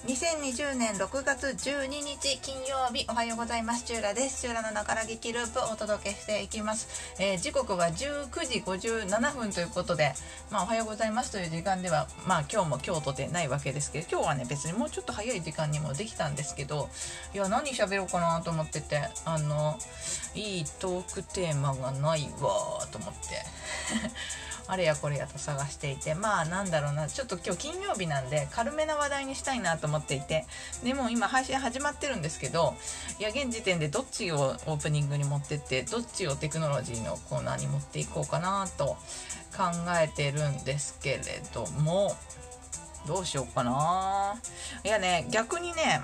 2020年6月12日金曜日、おはようございます。チューラです。チューラのながら劇ループをお届けしていきます。時刻は19時57分ということで、おはようございますという時間では、今日も今日とてないわけですけど、今日はね別にもうちょっと早い時間にもできたんですけど、いや何喋ろうかなと思ってて、いいトークテーマがないわと思ってあれやこれやと探していて、なんだろうな、ちょっと今日金曜日なんで軽めな話題にしたいなと思っていて、でも今配信始まってるんですけど、いや現時点でどっちをオープニングに持ってってどっちをテクノロジーのコーナーに持っていこうかなと考えてるんですけれども、どうしようかな。いやね、逆にね、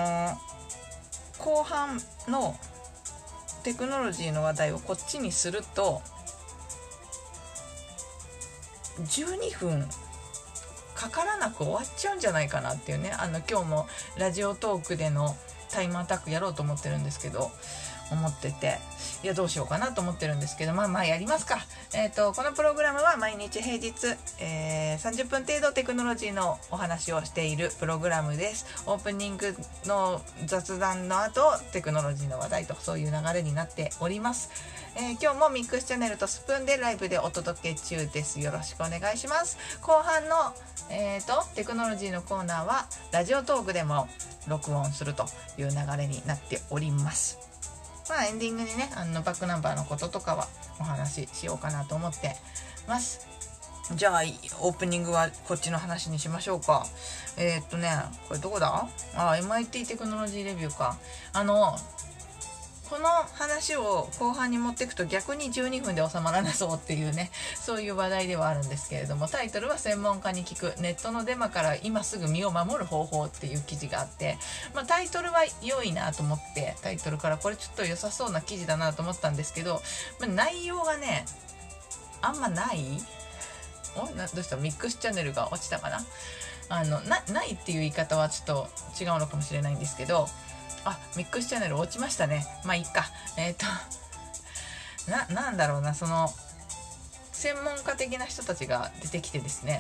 後半のテクノロジーの話題をこっちにすると12分かからなく終わっちゃうんじゃないかなっていうね、今日もラジオトークでのタイムアタックやろうと思ってるんですけど、思ってて、いやどうしようかなと思ってるんですけど、やりますか。このプログラムは毎日平日、30分程度テクノロジーのお話をしているプログラムです。オープニングの雑談の後テクノロジーの話題と、そういう流れになっております。今日もミックスチャンネルとスプーンでライブでお届け中です。よろしくお願いします。後半の、テクノロジーのコーナーはラジオトークでも録音するという流れになっております。エンディングにね、バックナンバーのこととかはお話ししようかなと思ってます。じゃあオープニングはこっちの話にしましょうか。これどこだ？MIT テクノロジーレビューか。この話を後半に持っていくと逆に12分で収まらなそうっていうね、そういう話題ではあるんですけれども、タイトルは専門家に聞くネットのデマから今すぐ身を守る方法っていう記事があって、タイトルは良いなと思って、タイトルからこれちょっと良さそうな記事だなと思ったんですけど、内容がねあんまない。どうした？ミックスチャンネルが落ちたかな。ないっていう言い方はちょっと違うのかもしれないんですけど、ミックスチャンネル落ちましたね。いいか。なんだろうな、その専門家的な人たちが出てきてですね、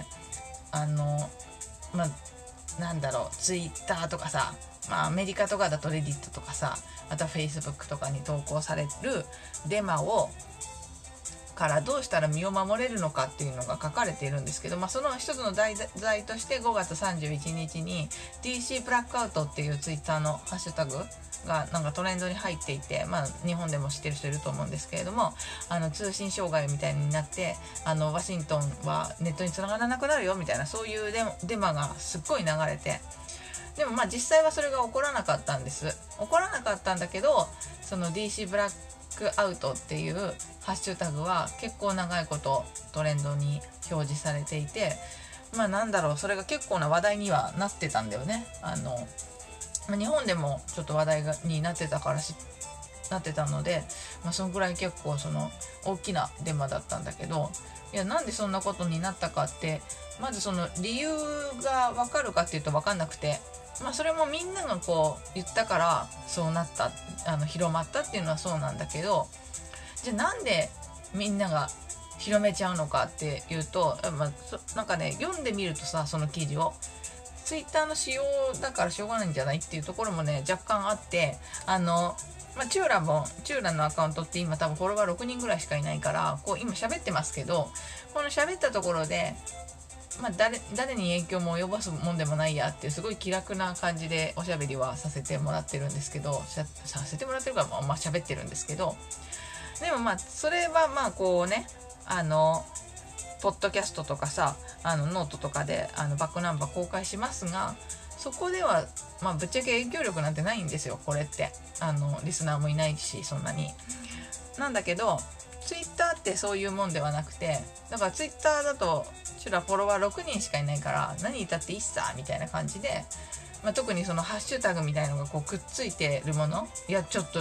なんだろう、ツイッターとかさ、アメリカとかだとレディットとかさ、あとはフェイスブックとかに投稿されるデマをからどうしたら身を守れるのかっていうのが書かれているんですけど、その一つの題材として5月31日に DC ブラックアウトっていうツイッターのハッシュタグがなんかトレンドに入っていて、日本でも知ってる人いると思うんですけれども、通信障害みたいになってワシントンはネットに繋がらなくなるよみたいな、そういうデマがすっごい流れて、でも実際はそれが起こらなかったんです。起こらなかったんだけど、その DC ブラックアウトっていうハッシュタグは結構長いことトレンドに表示されていて、それが結構な話題にはなってたんだよね。日本でもちょっと話題になってたからなってたので、そのぐらい結構その大きなデマだったんだけど、いやなんでそんなことになったかって、まずその理由が分かるかっていうと分かんなくて、それもみんながこう言ったからそうなった、広まったっていうのはそうなんだけど、じゃあなんでみんなが広めちゃうのかっていうと、なんかね、読んでみるとさ、その記事をツイッターの仕様だからしょうがないんじゃないっていうところもね若干あって、チューラのアカウントって今多分フォロワー6人ぐらいしかいないから、こう今喋ってますけど、この喋ったところで誰に影響も及ぼすもんでもないやっていうすごい気楽な感じでおしゃべりはさせてもらってるんですけど、させてもらってるから喋ってるんですけど、でもそれはこうね、ポッドキャストとかさ、ノートとかでバックナンバー公開しますが、そこではぶっちゃけ影響力なんてないんですよ、これって。リスナーもいないしそんなに。なんだけどツイッターってそういうもんではなくて、だからツイッターだとフォロワー6人しかいないから何言ったっていいっさみたいな感じで、特にそのハッシュタグみたいのがこうくっついてるもの、いやちょっと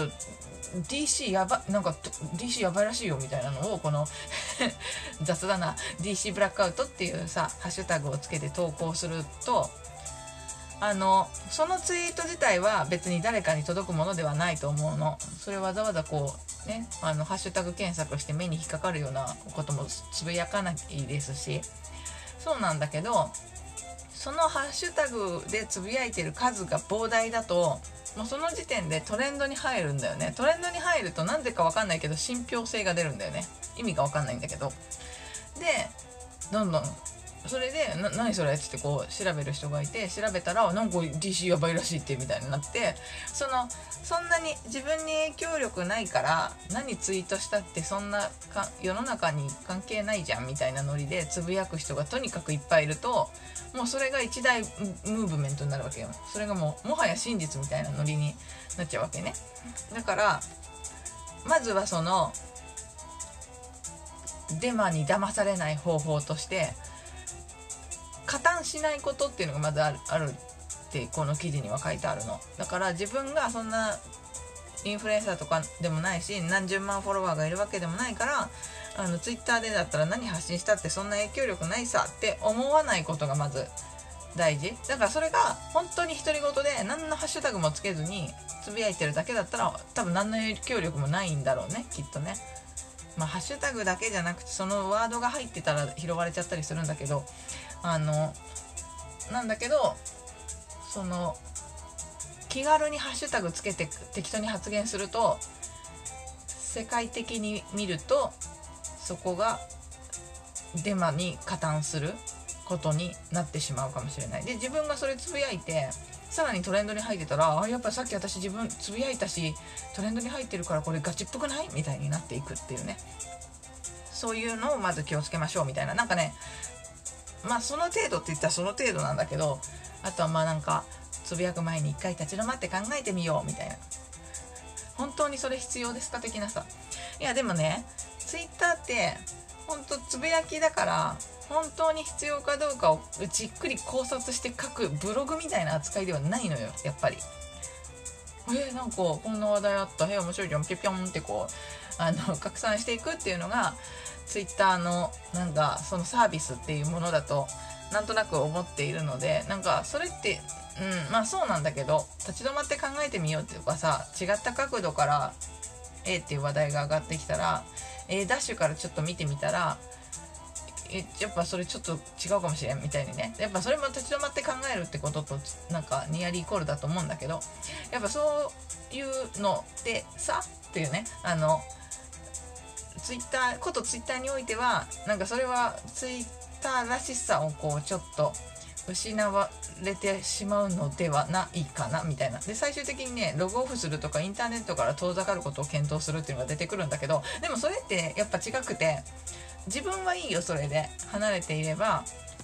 DC やばいらしいよみたいなのをこの雑だな DC ブラックアウトっていうさハッシュタグをつけて投稿すると、そのツイート自体は別に誰かに届くものではないと思うの。それわざわざこうね、ハッシュタグ検索して目に引っかかるようなこともつぶやかないですし、そうなんだけど、 そのハッシュタグでつぶやいてる数が膨大だともうその時点でトレンドに入るんだよね。トレンドに入るとなんでか分かんないけど信憑性が出るんだよね。意味が分かんないんだけど、でどんどんそれで何それってこう調べる人がいて、調べたらなんか DC やばいらしいってみたいになって、そんなに自分に影響力ないから何ツイートしたってそんな世の中に関係ないじゃんみたいなノリでつぶやく人がとにかくいっぱいいると、もうそれが一大ムーブメントになるわけよ。それがもはや真実みたいなノリになっちゃうわけね。だからまずはそのデマに騙されない方法として加担しないことっていうのがまずあるってこの記事には書いてあるの。だから自分がそんなインフルエンサーとかでもないし何十万フォロワーがいるわけでもないから、ツイッターでだったら何発信したってそんな影響力ないさって思わないことがまず大事だから、それが本当に独り言で何のハッシュタグもつけずにつぶやいてるだけだったら多分何の影響力もないんだろうね、きっとね。まあハッシュタグだけじゃなくてそのワードが入ってたら拾われちゃったりするんだけど、なんだけどその気軽にハッシュタグつけて適当に発言すると世界的に見るとそこがデマに加担することになってしまうかもしれない。で自分がそれつぶやいてさらにトレンドに入ってたら、やっぱさっき私自分つぶやいたしトレンドに入ってるからこれガチっぽくないみたいになっていくっていうね、そういうのをまず気をつけましょうみたいな。なんかね、まあその程度って言ったらその程度なんだけど、あとはまあなんかつぶやく前に一回立ち止まって考えてみようみたいな、本当にそれ必要ですか的なさ。いやでもね、ツイッターって本当つぶやきだから本当に必要かどうかをじっくり考察して書くブログみたいな扱いではないのよ、やっぱり。なんかこんな話題あった、面白いじゃん、ピョピョンってこう拡散していくっていうのがツイッターのなんかそのサービスっていうものだとなんとなく思っているので、なんかそれってまあそうなんだけど、立ち止まって考えてみようっていうかさ、違った角度から A っていう話題が上がってきたら A ダッシュからちょっと見てみたらやっぱそれちょっと違うかもしれんみたいにね、やっぱそれも立ち止まって考えるってこととなんかニアリーイコールだと思うんだけど、やっぱそういうのってさっていうね、ツイッターにおいてはなんかそれはツイッターらしさをこうちょっと失われてしまうのではないかなみたいな。で最終的にね、ログオフするとかインターネットから遠ざかることを検討するっていうのが出てくるんだけど、でもそれってやっぱ違くて、自分はいいよ、それで離れていれば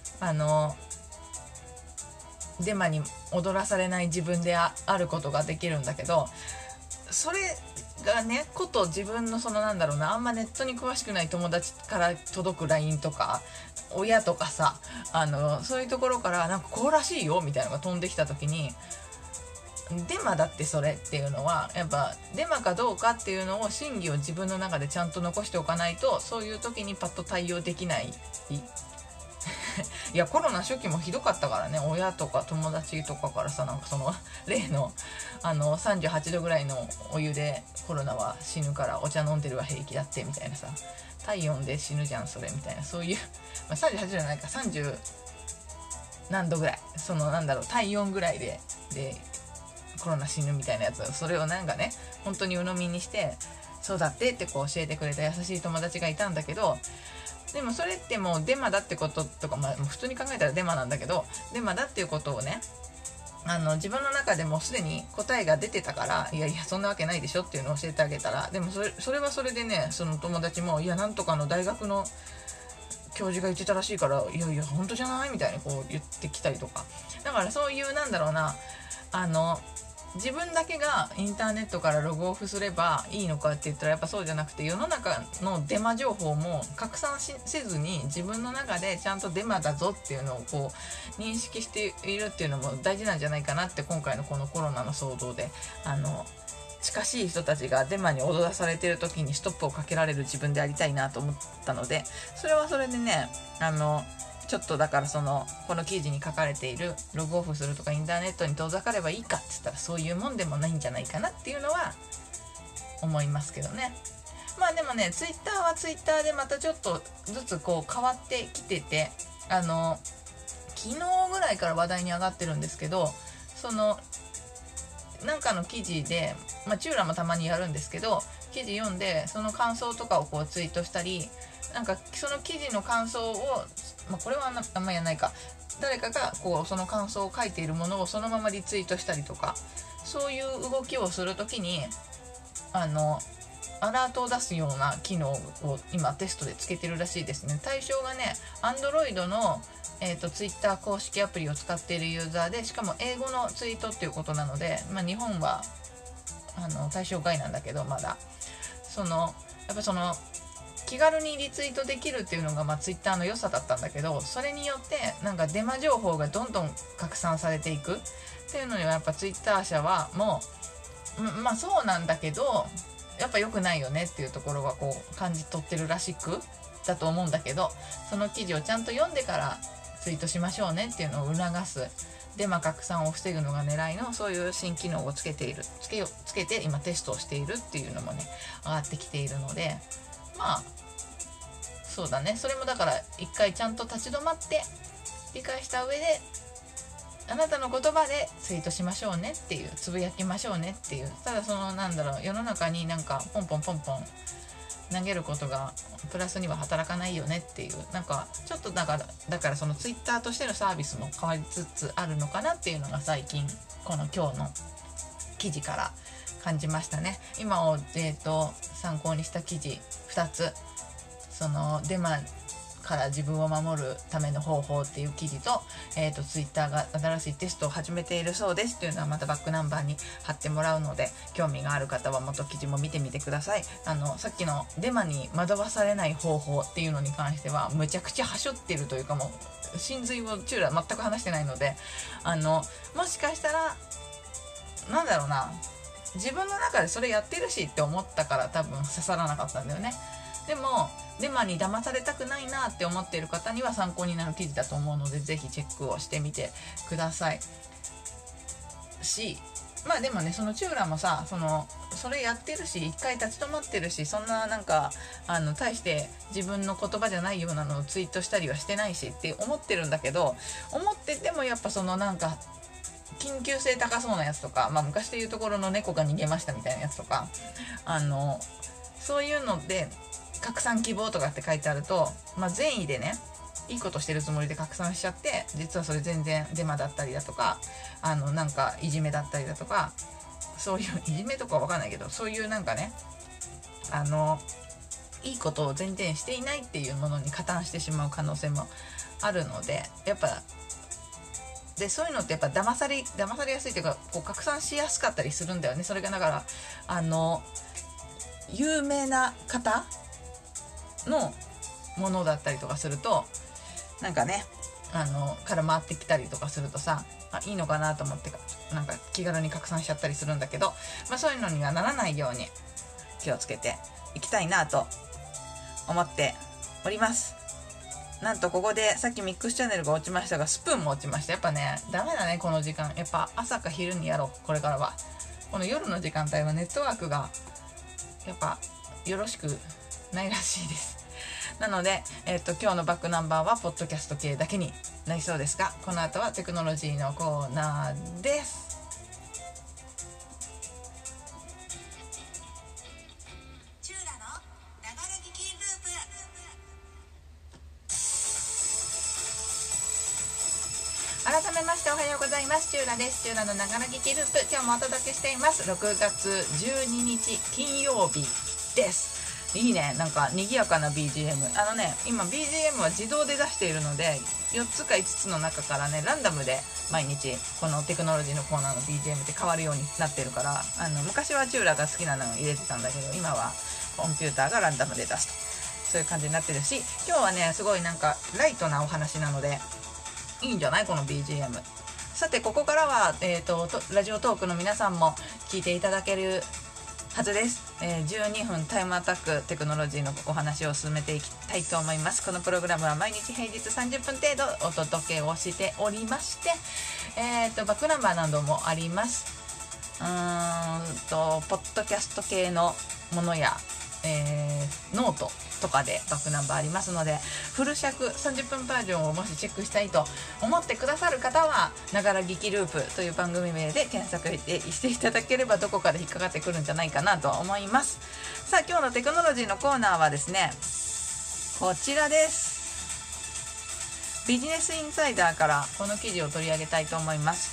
デマに踊らされない自分であることができるんだけど、それがねこと自分のそのなんだろうな、あんまネットに詳しくない友達から届く LINE とか親とかさ、そういうところからなんかこうらしいよみたいなのが飛んできた時に、デマだってそれっていうのはやっぱデマかどうかっていうのを真偽を自分の中でちゃんと残しておかないと、そういう時にパッと対応できないいやコロナ初期もひどかったからね、親とか友達とかからさ、なんかその例の38度ぐらいのお湯でコロナは死ぬからお茶飲んでるは平気だってみたいなさ、体温で死ぬじゃんそれみたいな、そういう、38度じゃないか30何度ぐらい、そのなんだろう体温ぐらいでコロナ死ぬみたいなやつ、それをなんかね本当に鵜呑みにしてそうだってってこう教えてくれた優しい友達がいたんだけど、でもそれってもうデマだってこととか、普通に考えたらデマなんだけど、デマだっていうことをね自分の中でもすでに答えが出てたから、いやいやそんなわけないでしょっていうのを教えてあげたら、でもそれはそれでね、その友達もいやなんとかの大学の教授が言ってたらしいから、いやいや本当じゃないみたいにこう言ってきたりとか、だからそういうなんだろうな、自分だけがインターネットからログオフすればいいのかって言ったらやっぱそうじゃなくて、世の中のデマ情報も拡散せずに自分の中でちゃんとデマだぞっていうのをこう認識しているっていうのも大事なんじゃないかなって、今回のこのコロナの騒動で近しい人たちがデマに踊らされてる時にストップをかけられる自分でありたいなと思ったので、それはそれでねちょっとだからこの記事に書かれているログオフするとかインターネットに遠ざかればいいかって言ったらそういうもんでもないんじゃないかなっていうのは思いますけどね。まあでもね、ツイッターはツイッターでまたちょっとずつこう変わってきてて、昨昨日ぐらいから話題に上がってるんですけど、そのなんかの記事で、チューラもたまにやるんですけど、記事読んでその感想とかをこうツイートしたり、なんかその記事の感想を、これはあんまりやないか、誰かがこうその感想を書いているものをそのままリツイートしたりとか、そういう動きをするときにアラートを出すような機能を今テストでつけてるらしいですね。対象がね、Android のTwitter 公式アプリを使っているユーザーで、しかも英語のツイートっていうことなので、日本は対象外なんだけど、まだやっぱその気軽にリツイートできるっていうのがTwitter の良さだったんだけど、それによってなんかデマ情報がどんどん拡散されていくっていうのにはやっぱ Twitter 社はもうそうなんだけど、やっぱ良くないよねっていうところはこう感じ取ってるらしくだと思うんだけど、その記事をちゃんと読んでからツイートしましょうねっていうのを促す、デマ拡散を防ぐのが狙いのそういう新機能をつけて今テストをしているっていうのもね上がってきているので、そうだね、それもだから一回ちゃんと立ち止まって理解した上で、あなたの言葉でツイートしましょうねっていう、つぶやきましょうねっていう、ただ世の中になんかポンポンポンポン投げることがプラスには働かないよねっていう、なんかちょっとだからそのツイッターとしてのサービスも変わりつつあるのかなっていうのが最近今日の記事から感じましたね。今を参考にした記事2つ、そのデマから自分を守るための方法っていう記事と、ツイッターが新しいテストを始めているそうですっていうのはまたバックナンバーに貼ってもらうので、興味がある方は元記事も見てみてください。さっきのデマに惑わされない方法っていうのに関してはむちゃくちゃはしょってるというか、もう真髄をチューラ全く話してないので、もしかしたら自分の中でそれやってるしって思ったから多分刺さらなかったんだよね。でもデマに騙されたくないなって思っている方には参考になる記事だと思うので、ぜひチェックをしてみてくださいし、でもね、そのチューラもさ、それやってるし、一回立ち止まってるし、そんな大して自分の言葉じゃないようなのをツイートしたりはしてないしって思ってるんだけど、思っててもやっぱ緊急性高そうなやつとか、昔でいうところの猫が逃げましたみたいなやつとか、そういうので拡散希望とかって書いてあると、善意でね、いいことしてるつもりで拡散しちゃって、実はそれ全然デマだったりだとか、いじめだったりだとか、そういういじめとかわかんないけど、そういういいことを全然していないっていうものに加担してしまう可能性もあるので、やっぱでそういうのってやっぱ騙されやすいというか、こう拡散しやすかったりするんだよね。それがだから有名な方のものだったりとかすると、から回ってきたりとかするとさ、いいのかなと思って気軽に拡散しちゃったりするんだけど、そういうのにはならないように気をつけていきたいなと思っております。なんとここでさっきミックスチャンネルが落ちましたが、スプーンも落ちました。やっぱね、ダメだね、この時間。やっぱ朝か昼にやろう、これからは。この夜の時間帯はネットワークがやっぱよろしくないらしいです。なので、今日のバックナンバーはポッドキャスト系だけになりそうですが、この後はテクノロジーのコーナーです。改めましておはようございます。チューラです。チューラのながら聞きループ、今日もお届けしています。6月12日金曜日です。いいね、賑やかな BGM。今 BGM は自動で出しているので、4つか5つの中からね、ランダムで毎日このテクノロジーのコーナーの BGM って変わるようになってるから、昔はチューラが好きなのを入れてたんだけど、今はコンピューターがランダムで出すと、そういう感じになってるし、今日はね、すごいライトなお話なのでいいんじゃない、この BGM。 さて、ここからは、ラジオトークの皆さんも聞いていただけるはずです。12分タイムアタック、テクノロジーのお話を進めていきたいと思います。このプログラムは毎日平日30分程度お届けをしておりまして、バックナンバーなどもあります。ポッドキャスト系のものやノートとかでバックナンバーありますので、フル尺30分バージョンをもしチェックしたいと思ってくださる方は、ながら聞きループという番組名で検索していただければどこかで引っかかってくるんじゃないかなと思います。さあ今日のテクノロジーのコーナーはですね、こちらです。ビジネスインサイダーからこの記事を取り上げたいと思います。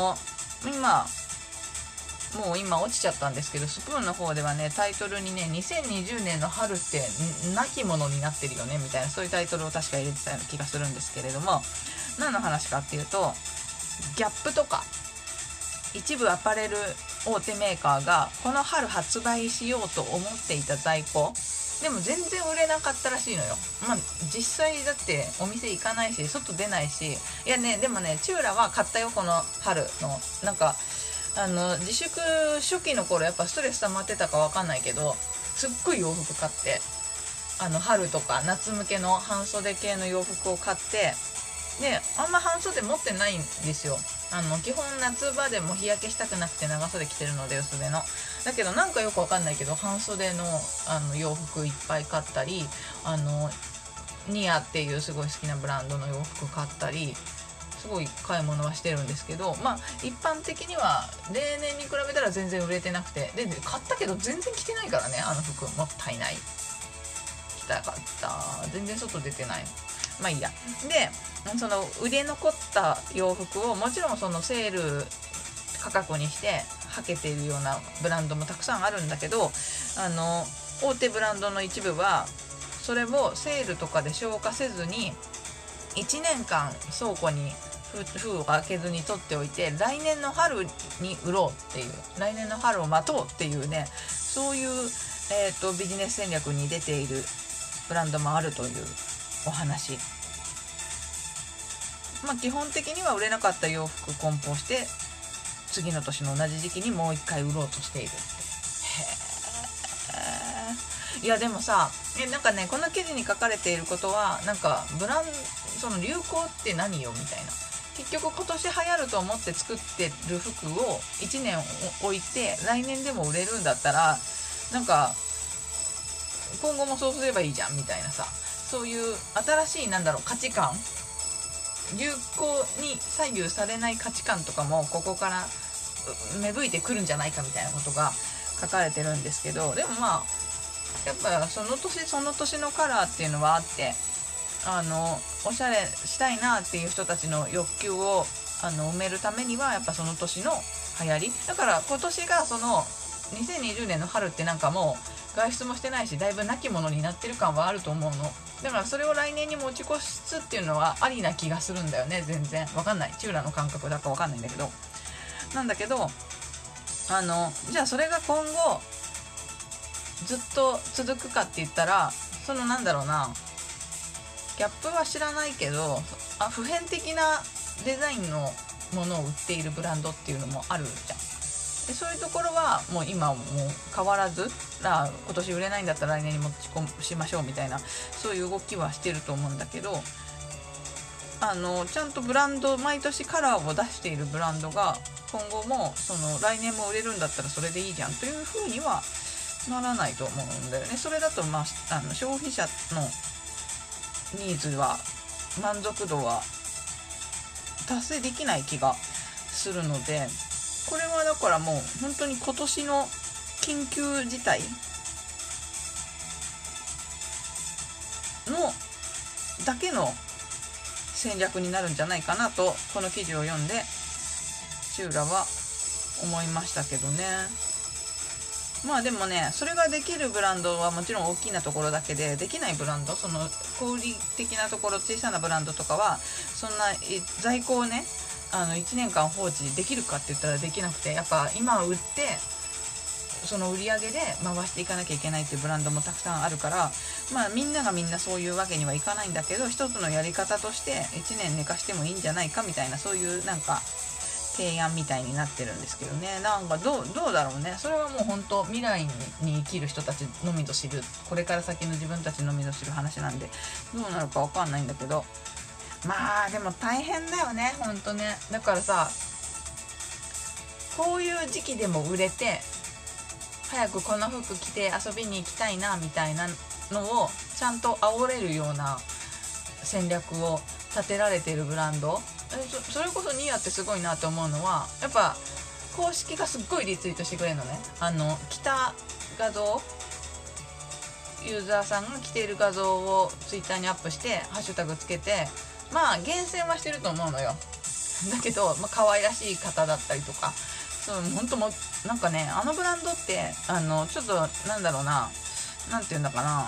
もう今落ちちゃったんですけど、スプーンの方ではね、タイトルにね、2020年の春ってなきものになってるよねみたいな、そういうタイトルを確か入れてたような気がするんですけれども、何の話かっていうと、ギャップとか一部アパレル大手メーカーがこの春発売しようと思っていた在庫でも全然売れなかったらしいのよ。実際だってお店行かないし外出ないし、いやね、でもね、チューラは買ったよ、この春の。なんか自粛初期の頃やっぱストレス溜まってたか分かんないけど、すっごい洋服買って、春とか夏向けの半袖系の洋服を買って、であんま半袖持ってないんですよ。基本夏場でも日焼けしたくなくて長袖着てるので、薄手の。だけどなんかよく分かんないけど半袖の洋服いっぱい買ったり、ニアっていうすごい好きなブランドの洋服買ったり、すごい買い物はしてるんですけど、一般的には例年に比べたら全然売れてなくて、で買ったけど全然着てないからね、服もったいない。着たかった。全然外出てない。いいや。でその売れ残った洋服をもちろんそのセール価格にして履けているようなブランドもたくさんあるんだけど、大手ブランドの一部はそれをセールとかで消化せずに1年間倉庫に封を開けずに取っておいて、来年の春に売ろうっていう、来年の春を待とうっていうね、そういう、ビジネス戦略に出ているブランドもあるというお話。基本的には売れなかった洋服梱包して次の年の同じ時期にもう一回売ろうとしているって。いやでもさ、なんかね、この記事に書かれていることは、なんかその流行って何よみたいな。結局今年流行ると思って作ってる服を1年置いて来年でも売れるんだったら、なんか今後もそうすればいいじゃんみたいなさ、そういう新しい価値観、流行に左右されない価値観とかもここから芽吹いてくるんじゃないかみたいなことが書かれてるんですけど、でもやっぱその年その年のカラーっていうのはあって、おしゃれしたいなっていう人たちの欲求を埋めるためにはやっぱその年の流行りだから、今年がその2020年の春ってなんかもう外出もしてないし、だいぶなきものになってる感はあると思うの。だからそれを来年に持ち越すっていうのはありな気がするんだよね。全然わかんない、チューラの感覚だかわかんないんだけど、じゃあそれが今後ずっと続くかって言ったら、ギャップは知らないけど、普遍的なデザインのものを売っているブランドっていうのもあるじゃん。でそういうところはもう今もう変わらず、今年売れないんだったら来年に持ち込しましょうみたいな、そういう動きはしてると思うんだけど、ちゃんとブランド、毎年カラーを出しているブランドが今後も来年も売れるんだったらそれでいいじゃんというふうにはならないと思うんだよね。それだと消費者のニーズは、満足度は達成できない気がするので、これはだからもう本当に今年の緊急事態のだけの戦略になるんじゃないかなと、この記事を読んでチューラは思いましたけどね。でもね、それができるブランドはもちろん大きなところだけで、できないブランド、その小売的なところ、小さなブランドとかはそんな在庫をね1年間放置できるかって言ったらできなくて、やっぱ今売ってその売り上げで回していかなきゃいけないっていうブランドもたくさんあるから、みんながみんなそういうわけにはいかないんだけど、一つのやり方として1年寝かしてもいいんじゃないかみたいな、そういう提案みたいになってるんですけどね。どうだろうね。それはもう本当未来に生きる人たちのみぞ知る、これから先の自分たちのみぞ知る話なんで、どうなるか分かんないんだけど、でも大変だよね、本当ね。だからさ、こういう時期でも売れて早くこの服着て遊びに行きたいなみたいなのをちゃんと煽れるような戦略を立てられてるブランド、それこそニアってすごいなと思うのは、やっぱ公式がすっごいリツイートしてくれるのね。着た画像、ユーザーさんが着ている画像をツイッターにアップしてハッシュタグつけて、まあ厳選はしてると思うのよ。だけど、可愛らしい方だったりとか、本当もなんかね、ブランドってちょっとなんだろうな、なんていうんだかな、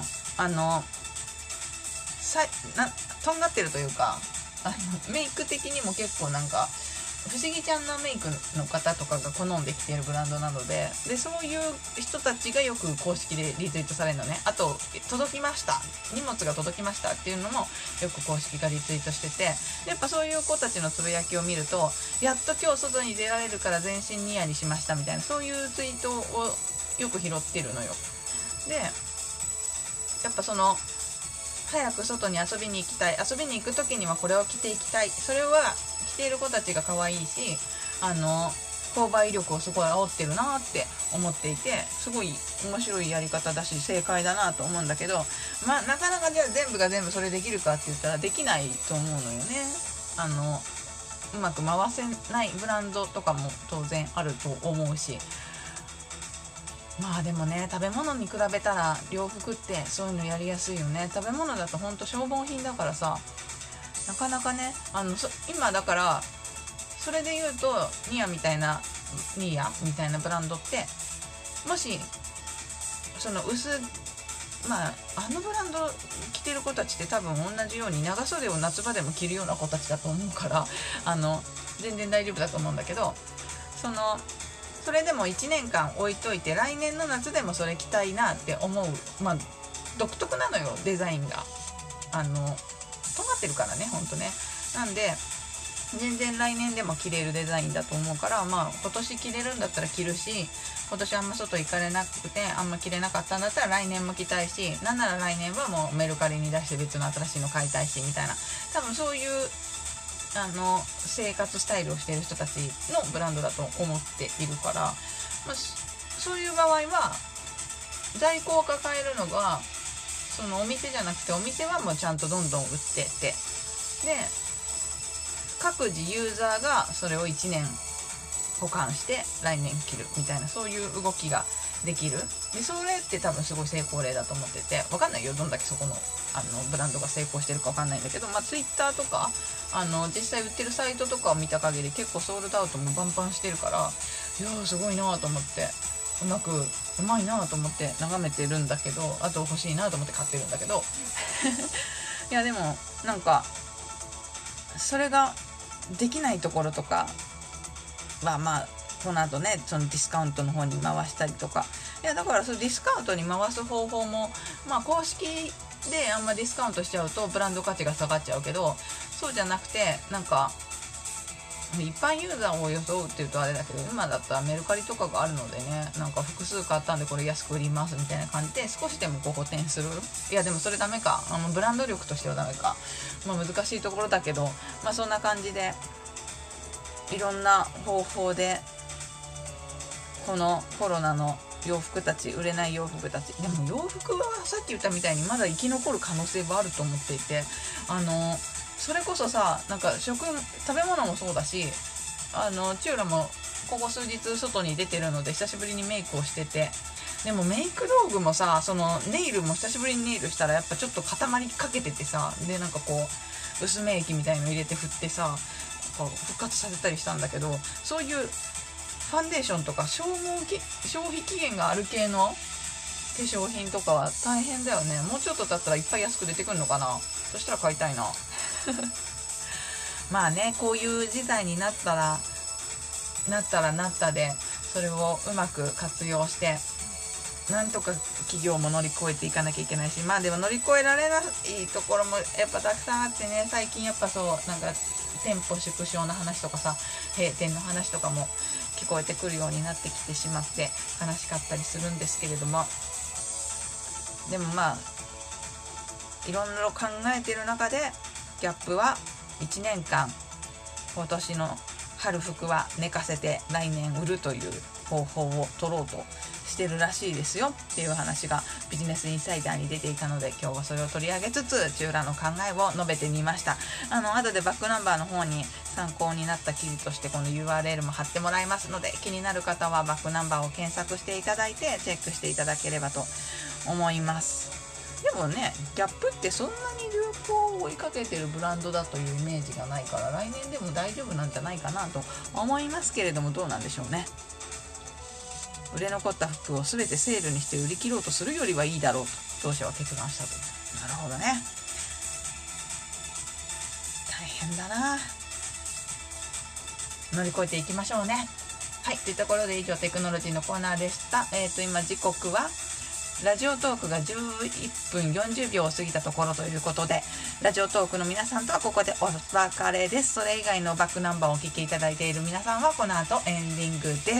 とんがってるというか、メイク的にも結構なんか不思議ちゃんなメイクの方とかが好んで着ているブランドなので、そういう人たちがよく公式でリツイートされるのね。あと届きました、荷物が届きましたっていうのもよく公式がリツイートしてて、やっぱそういう子たちのつぶやきを見ると、やっと今日外に出られるから全身ニヤにしましたみたいな、そういうツイートをよく拾ってるのよ。でやっぱ早く外に遊びに行きたい、遊びに行く時にはこれを着ていきたい、それは着ている子たちが可愛いし、購買力をすごい煽ってるなって思っていて、すごい面白いやり方だし正解だなと思うんだけど、なかなかじゃあ全部が全部それできるかって言ったらできないと思うのよね。うまく回せないブランドとかも当然あると思うし、でもね、食べ物に比べたら洋服ってそういうのやりやすいよね。食べ物だとほんと消耗品だからさ、なかなかね、今だからそれで言うとニーヤみたいなブランドって、もしブランド着てる子たちって多分同じように長袖を夏場でも着るような子たちだと思うから、全然大丈夫だと思うんだけど、それでも1年間置いといて来年の夏でもそれ着たいなって思う、独特なのよ、デザインがとんがってるからね、ほんとね。なんで全然来年でも着れるデザインだと思うから、今年着れるんだったら着るし、今年あんま外行かれなくてあんま着れなかったんだったら来年も着たいし、なんなら来年はもうメルカリに出して別の新しいの買いたいしみたいな、多分そういう生活スタイルをしている人たちのブランドだと思っているから、そういう場合は在庫を抱えるのがお店じゃなくて、お店はもうちゃんとどんどん売ってて、で各自ユーザーがそれを1年保管して来年着るみたいな、そういう動きができる。でそれって多分すごい成功例だと思ってて、分かんないよ、どんだけそこのブランドが成功してるか分かんないんだけど、ツイッターとか実際売ってるサイトとかを見た限り結構ソールドアウトもバンバンしてるから、いやーすごいなと思って、うまいなと思って眺めてるんだけど、あと欲しいなと思って買ってるんだけどいやでもなんかそれができないところとかはこの後ね、そのディスカウントの方に回したりとか、いやだからそのディスカウントに回す方法も公式であんまディスカウントしちゃうとブランド価値が下がっちゃうけど、そうじゃなくて一般ユーザーを装うっていうとあれだけど、今だったらメルカリとかがあるのでね、複数買ったんでこれ安く売りますみたいな感じで少しでも補填する。いやでもそれダメか、ブランド力としてはダメか、難しいところだけど、そんな感じでいろんな方法でこのコロナの洋服たち、売れない洋服たち、でも洋服はさっき言ったみたいにまだ生き残る可能性はあると思っていて、それこそさ、食べ物もそうだし、チューラもここ数日外に出てるので久しぶりにメイクをしてて、でもメイク道具もさ、ネイルも久しぶりにネイルしたらやっぱちょっと固まりかけててさ、で薄め液みたいの入れて振ってさ復活させたりしたんだけど、そういうファンデーションとか消費期限がある系の化粧品とかは大変だよね。もうちょっと経ったらいっぱい安く出てくるのかな。そしたら買いたいなこういう事態になったらなったで、それをうまく活用してなんとか企業も乗り越えていかなきゃいけないし、でも乗り越えられないところもやっぱたくさんあってね、最近やっぱ店舗縮小の話とかさ、閉店の話とかも聞こえてくるようになってきてしまって悲しかったりするんですけれども、でもいろんなの考えてる中でギャップは1年間今年の春服は寝かせて来年売るという方法を取ろうとししてるらしいですよっていう話がビジネスインサイダーに出ていたので、今日はそれを取り上げつつチューラの考えを述べてみました。後でバックナンバーの方に参考になった記事としてこの URL も貼ってもらいますので、気になる方はバックナンバーを検索していただいてチェックしていただければと思います。でもね、ギャップってそんなに流行を追いかけてるブランドだというイメージがないから、来年でも大丈夫なんじゃないかなと思いますけれども、どうなんでしょうね。売れ残った服を全てセールにして売り切ろうとするよりはいいだろうと当社は決断したと。なるほどね、大変だな。乗り越えていきましょうね。はい、というところで以上テクノロジーのコーナーでした。今時刻はラジオトークが11分40秒を過ぎたところということで、ラジオトークの皆さんとはここでお別れです。それ以外のバックナンバーをお聞きいただいている皆さんはこの後エンディングです。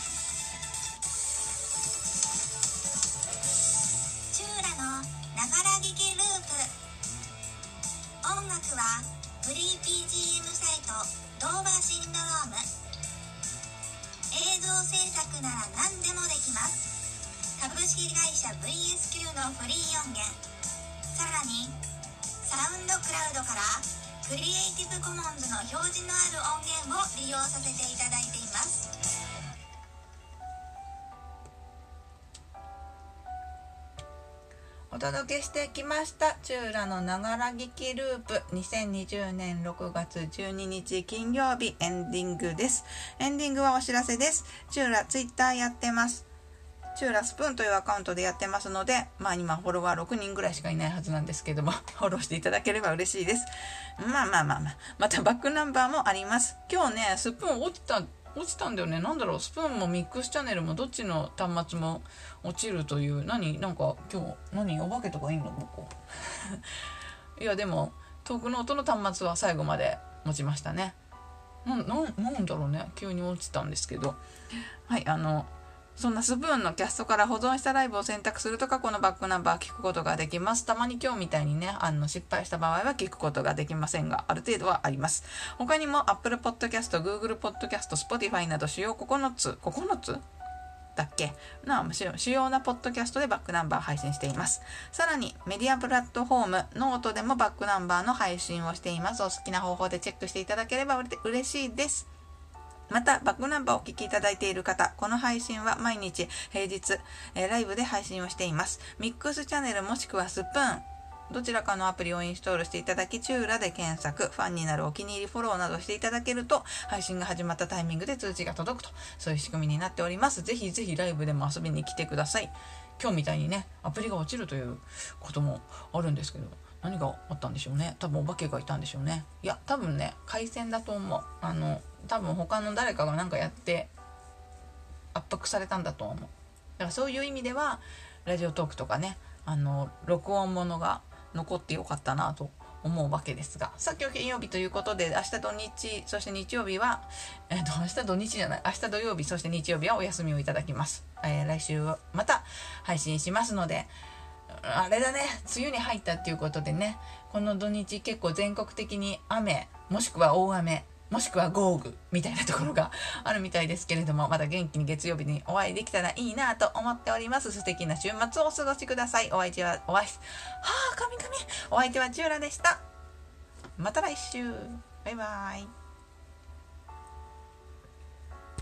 チューラのながら聞きループ。音楽はフリー BGM サイトドーバーシンドローム。映像制作なら何でもできます。株式会社 VSQ のフリー音源、さらにサウンドクラウドからクリエイティブコモンズの表示のある音源を利用させていただいています。 お届けしてきましたチューラのながら聞きループ、2020年6月12日金曜日エンディングです。エンディングはお知らせです。チューラツイッターやってます。チューラスプーンというアカウントでやってますので、今フォロワー6人ぐらいしかいないはずなんですけども、フォローしていただければ嬉しいです。またバックナンバーもあります。今日ねスプーン落ちたんだよね。なんだろう、スプーンもミックスチャンネルもどっちの端末も落ちるという。なんか今日お化けとかいんのここいやでも遠くの音の端末は最後まで持ちましたね。なんだろうね、急に落ちたんですけど、はい、そんなスプーンのキャストから保存したライブを選択すると過去のバックナンバー聞くことができます。たまに今日みたいにね、失敗した場合は聞くことができませんが、ある程度はあります。他にも Apple Podcast、Google Podcast、Spotify など主要9つだっけ主要なポッドキャストでバックナンバー配信しています。さらにメディアプラットフォームノートでもバックナンバーの配信をしています。お好きな方法でチェックしていただければ嬉しいです。またバックナンバーをお聞きいただいている方、この配信は毎日平日、ライブで配信をしています。ミックスチャンネルもしくはスプーン、どちらかのアプリをインストールしていただき、チューラで検索、ファンになる、お気に入り、フォローなどしていただけると配信が始まったタイミングで通知が届くと、そういう仕組みになっております。ぜひぜひライブでも遊びに来てください。今日みたいにねアプリが落ちるということもあるんですけど、何があったんでしょうね。多分お化けがいたんでしょうね。いや多分ね回線だと思う。多分他の誰かが何かやって圧迫されたんだと思う。だからそういう意味ではラジオトークとかね録音ものが残ってよかったなと思うわけですが、さっきは金曜日ということで明日土日そして日曜日は明日土曜日そして日曜日はお休みをいただきます。来週また配信しますので、あれだね、梅雨に入ったっていうことでね、この土日結構全国的に雨もしくは大雨もしくは豪雨みたいなところがあるみたいですけれども、また元気に月曜日にお会いできたらいいなと思っております。素敵な週末をお過ごしください。お相手はチューラでした。また来週。バイバイ。